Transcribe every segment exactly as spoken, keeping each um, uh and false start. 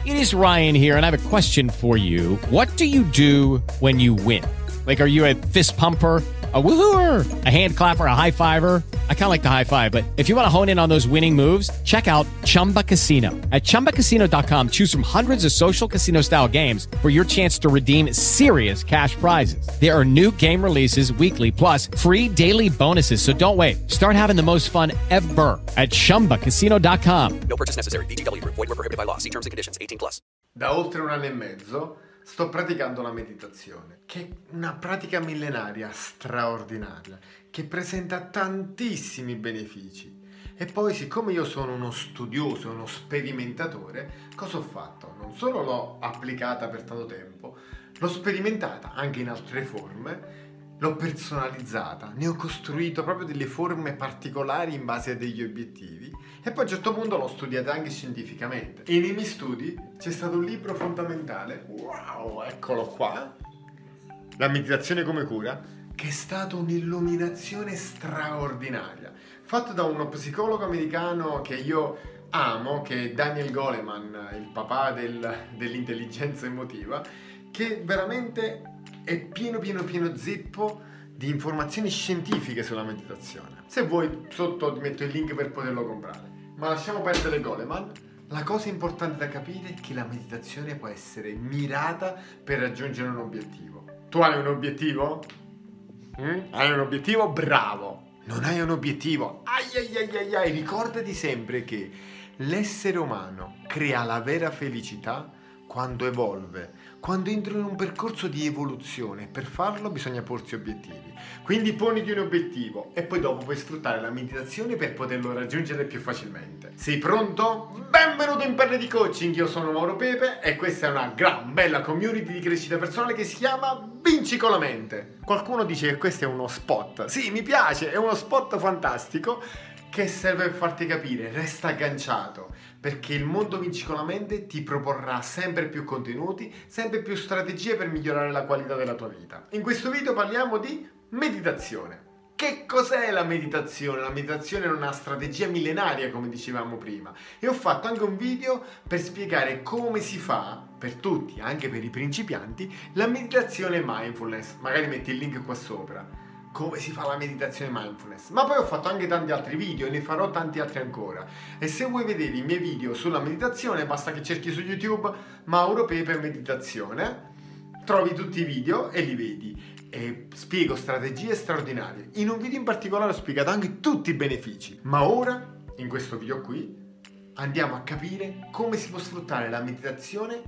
It is Ryan here, and I have a question for you. What do you do when you win? Like, are you a fist pumper, a woohooer, a hand clapper, a high fiver? I kind of like the high five, but if you want to hone in on those winning moves, check out Chumba Casino. At chumba casino dot com, choose from hundreds of social casino style games for your chance to redeem serious cash prizes. There are new game releases weekly, plus free daily bonuses. So don't wait. Start having the most fun ever at chumba casino dot com. No purchase necessary. V G W Group. Void where prohibited by law. See terms and conditions. eighteen plus. Da oltre un anno e mezzo sto praticando la meditazione, che è una pratica millenaria straordinaria, che presenta tantissimi benefici. E poi, siccome io sono uno studioso, uno sperimentatore, cosa ho fatto? Non solo l'ho applicata per tanto tempo, l'ho sperimentata anche in altre forme, l'ho personalizzata, ne ho costruito proprio delle forme particolari in base a degli obiettivi e poi a un certo punto l'ho studiata anche scientificamente. E nei miei studi c'è stato un libro fondamentale, wow, eccolo qua, La meditazione come cura, che è stata un'illuminazione straordinaria, fatto da uno psicologo americano che io amo, che è Daniel Goleman, il papà del, dell'intelligenza emotiva, che veramente è pieno pieno pieno zeppo di informazioni scientifiche sulla meditazione. Se vuoi sotto ti metto il link per poterlo comprare. Ma lasciamo perdere Goleman. La cosa importante da capire è che la meditazione può essere mirata per raggiungere un obiettivo. Tu hai un obiettivo? Mm? Hai un obiettivo? Bravo! Non hai un obiettivo? Ai ai ai ai ai! Ricordati sempre che l'essere umano crea la vera felicità quando evolve, quando entra in un percorso di evoluzione. Per farlo bisogna porsi obiettivi. Quindi poniti un obiettivo e poi dopo puoi sfruttare la meditazione per poterlo raggiungere più facilmente. Sei pronto? Benvenuto in Perle di Coaching, io sono Mauro Pepe e questa è una gran bella community di crescita personale che si chiama Vinci con la mente. Qualcuno dice che questo è uno spot. Sì, mi piace, è uno spot fantastico che serve per farti capire, resta agganciato, perché il mondo Vinci con la mente ti proporrà sempre più contenuti, sempre più strategie per migliorare la qualità della tua vita. In questo video parliamo di meditazione. Che cos'è la meditazione? La meditazione è una strategia millenaria, come dicevamo prima, e ho fatto anche un video per spiegare come si fa, per tutti, anche per i principianti, la meditazione mindfulness. Magari metti il link qua sopra. Come si fa la meditazione mindfulness. Ma poi ho fatto anche tanti altri video e ne farò tanti altri ancora. E se vuoi vedere i miei video sulla meditazione basta che cerchi su YouTube Mauro Pepe meditazione, trovi tutti i video e li vedi e spiego strategie straordinarie. In un video in particolare ho spiegato anche tutti i benefici. Ma ora, in questo video qui, andiamo a capire come si può sfruttare la meditazione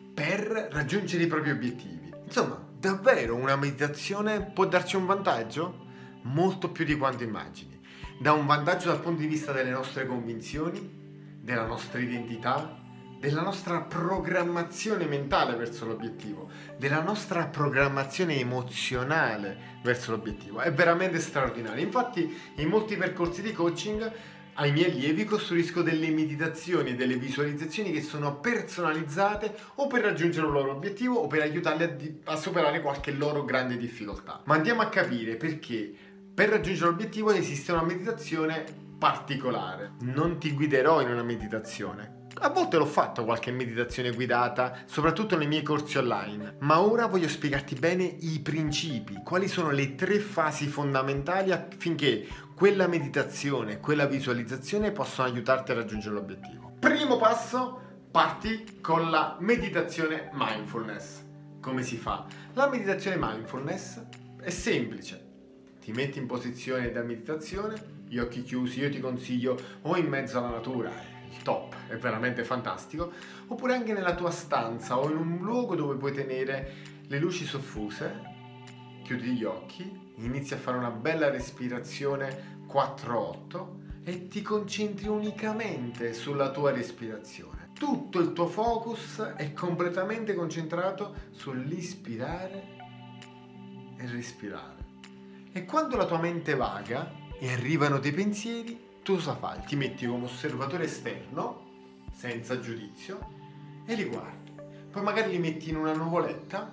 per raggiungere i propri obiettivi. Insomma, davvero una meditazione può darci un vantaggio? Molto più di quanto immagini. Dà un vantaggio dal punto di vista delle nostre convinzioni, della nostra identità, della nostra programmazione mentale verso l'obiettivo, della nostra programmazione emozionale verso l'obiettivo. È veramente straordinario. Infatti, in molti percorsi di coaching ai miei allievi costruisco delle meditazioni e delle visualizzazioni che sono personalizzate o per raggiungere un loro obiettivo o per aiutarli a, di- a superare qualche loro grande difficoltà. Ma andiamo a capire perché per raggiungere l'obiettivo esiste una meditazione particolare. Non ti guiderò in una meditazione. A volte l'ho fatto qualche meditazione guidata, soprattutto nei miei corsi online, ma ora voglio spiegarti bene i principi, quali sono le tre fasi fondamentali affinché quella meditazione, quella visualizzazione possano aiutarti a raggiungere l'obiettivo. Primo passo, parti con la meditazione mindfulness. Come si fa? La meditazione mindfulness è semplice. Ti metti in posizione da meditazione, gli occhi chiusi, io ti consiglio o in mezzo alla natura, il top, è veramente fantastico, oppure anche nella tua stanza o in un luogo dove puoi tenere le luci soffuse, chiudi gli occhi, inizi a fare una bella respirazione quattro otto e ti concentri unicamente sulla tua respirazione. Tutto il tuo focus è completamente concentrato sull'ispirare e respirare. E quando la tua mente vaga e arrivano dei pensieri, tu cosa fai? Ti metti come osservatore esterno, senza giudizio, e li guardi. Poi magari li metti in una nuvoletta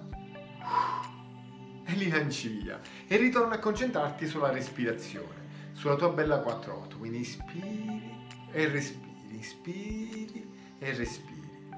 e li lanci via. E ritorni a concentrarti sulla respirazione, sulla tua bella quattro otto. Quindi ispiri e respiri, ispiri e respiri.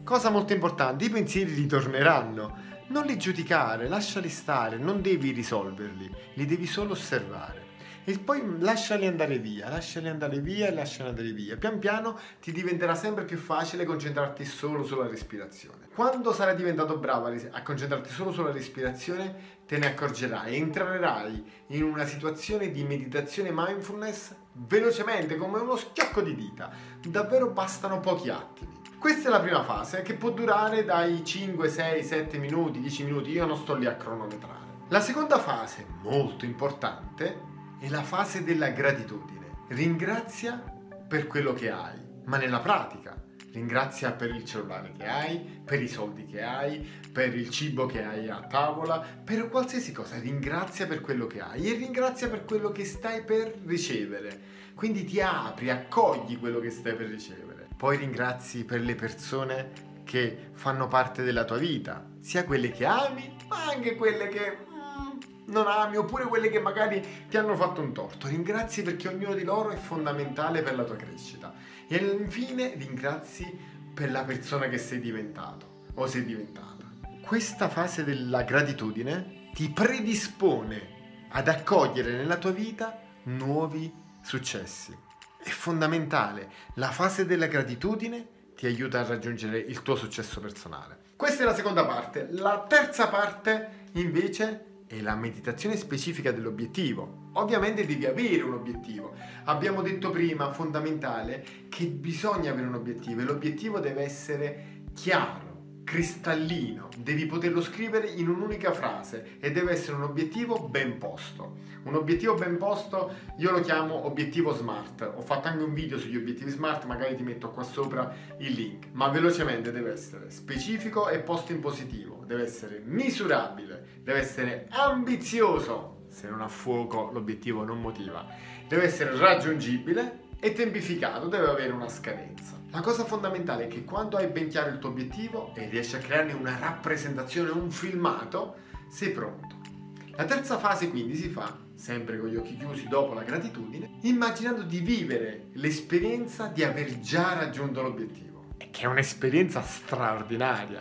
Cosa molto importante, i pensieri ritorneranno. Non li giudicare, lasciali stare, non devi risolverli, li devi solo osservare. E poi lasciali andare via, lasciali andare via e lasciali andare via. Pian piano ti diventerà sempre più facile concentrarti solo sulla respirazione. Quando sarai diventato bravo a concentrarti solo sulla respirazione, te ne accorgerai, entrerai in una situazione di meditazione mindfulness velocemente, come uno schiocco di dita. Davvero bastano pochi attimi. Questa è la prima fase, che può durare dai cinque, sei, sette minuti, dieci minuti, io non sto lì a cronometrare. La seconda fase, molto importante, è la fase della gratitudine. Ringrazia per quello che hai, ma nella pratica. Ringrazia per il cellulare che hai, per i soldi che hai, per il cibo che hai a tavola, per qualsiasi cosa. Ringrazia per quello che hai e ringrazia per quello che stai per ricevere. Quindi ti apri, accogli quello che stai per ricevere. Poi ringrazi per le persone che fanno parte della tua vita, sia quelle che ami, ma anche quelle che mm, non ami, oppure quelle che magari ti hanno fatto un torto. Ringrazi perché ognuno di loro è fondamentale per la tua crescita. E infine ringrazi per la persona che sei diventato o sei diventata. Questa fase della gratitudine ti predispone ad accogliere nella tua vita nuovi successi. È fondamentale. La fase della gratitudine ti aiuta a raggiungere il tuo successo personale. Questa è la seconda parte. La terza parte invece è la meditazione specifica dell'obiettivo. Ovviamente devi avere un obiettivo. Abbiamo detto prima, fondamentale, che bisogna avere un obiettivo e l'obiettivo deve essere chiaro, cristallino, devi poterlo scrivere in un'unica frase e deve essere un obiettivo ben posto. Un obiettivo ben posto io lo chiamo obiettivo SMART. Ho fatto anche un video sugli obiettivi SMART, magari ti metto qua sopra il link. Ma velocemente deve essere specifico e posto in positivo, deve essere misurabile, deve essere ambizioso, se non ha fuoco l'obiettivo non motiva, deve essere raggiungibile e tempificato, deve avere una scadenza. La cosa fondamentale è che quando hai ben chiaro il tuo obiettivo e riesci a crearne una rappresentazione, un filmato, sei pronto. La terza fase quindi si fa, sempre con gli occhi chiusi dopo la gratitudine, immaginando di vivere l'esperienza di aver già raggiunto l'obiettivo. E che è un'esperienza straordinaria,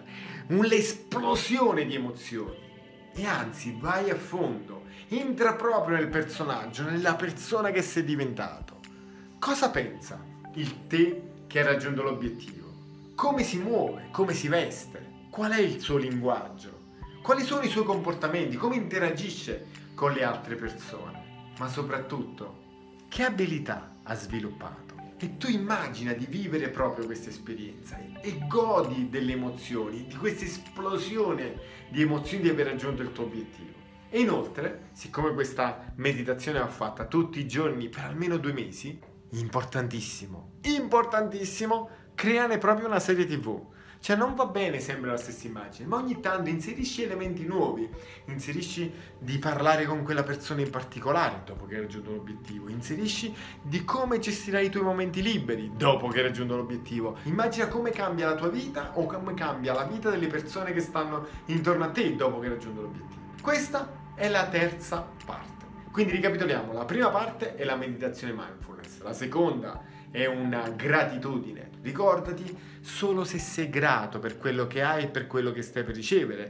un'esplosione di emozioni. E anzi, vai a fondo, entra proprio nel personaggio, nella persona che sei diventato. Cosa pensa il te che ha raggiunto l'obiettivo? Come si muove? Come si veste? Qual è il suo linguaggio? Quali sono i suoi comportamenti? Come interagisce con le altre persone? Ma soprattutto, che abilità ha sviluppato? E tu immagina di vivere proprio questa esperienza e godi delle emozioni, di questa esplosione di emozioni di aver raggiunto il tuo obiettivo. E inoltre, siccome questa meditazione va fatta tutti i giorni per almeno due mesi, importantissimo, importantissimo, creare proprio una serie tivù. Cioè non va bene sempre la stessa immagine, ma ogni tanto inserisci elementi nuovi, inserisci di parlare con quella persona in particolare dopo che hai raggiunto l'obiettivo, inserisci di come gestirai i tuoi momenti liberi dopo che hai raggiunto l'obiettivo. Immagina come cambia la tua vita o come cambia la vita delle persone che stanno intorno a te dopo che hai raggiunto l'obiettivo. Questa è la terza parte. Quindi ricapitoliamo, la prima parte è la meditazione mindfulness, la seconda è una gratitudine. Ricordati, solo se sei grato per quello che hai e per quello che stai per ricevere,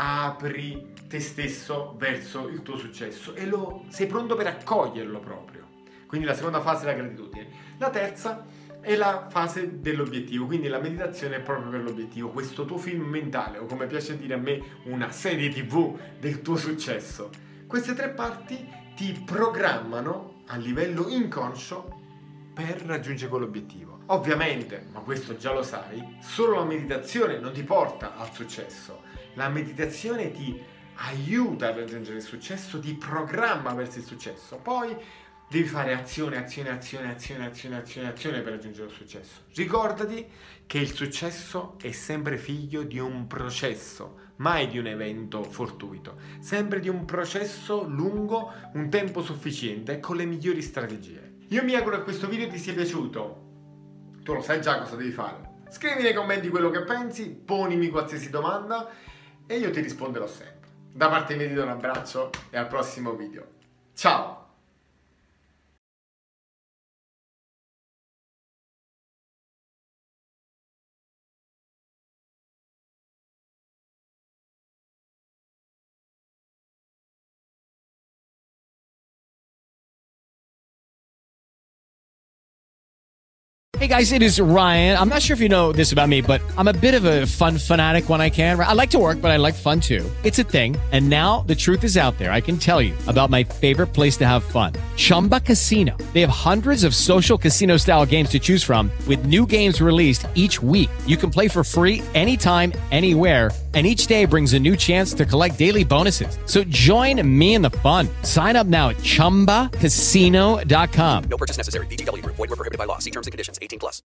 apri te stesso verso il tuo successo e lo sei pronto per accoglierlo proprio. Quindi la seconda fase è la gratitudine. La terza è la fase dell'obiettivo, quindi la meditazione è proprio per l'obiettivo, questo tuo film mentale, o come piace dire a me, una serie tivù del tuo successo. Queste tre parti ti programmano a livello inconscio per raggiungere quell'obiettivo. Ovviamente, ma questo già lo sai, solo la meditazione non ti porta al successo. La meditazione ti aiuta a raggiungere il successo, ti programma verso il successo. Poi devi fare azione, azione, azione, azione, azione, azione, azione per raggiungere il successo. Ricordati che il successo è sempre figlio di un processo, mai di un evento fortuito, sempre di un processo lungo, un tempo sufficiente e con le migliori strategie. Io mi auguro che questo video ti sia piaciuto. Tu lo sai già cosa devi fare. Scrivi nei commenti quello che pensi, ponimi qualsiasi domanda e io ti risponderò sempre. Da parte mia ti do un abbraccio e al prossimo video. Ciao! Hey guys, it is Ryan. I'm not sure if you know this about me, but I'm a bit of a fun fanatic when I can. I like to work, but I like fun too. It's a thing. And now the truth is out there. I can tell you about my favorite place to have fun. Chumba Casino. They have hundreds of social casino style games to choose from with new games released each week. You can play for free anytime, anywhere. And each day brings a new chance to collect daily bonuses. So join me in the fun. Sign up now at chumba casino dot com. No purchase necessary. V G W Group. Void where prohibited by law. See terms and conditions. eighteen plus.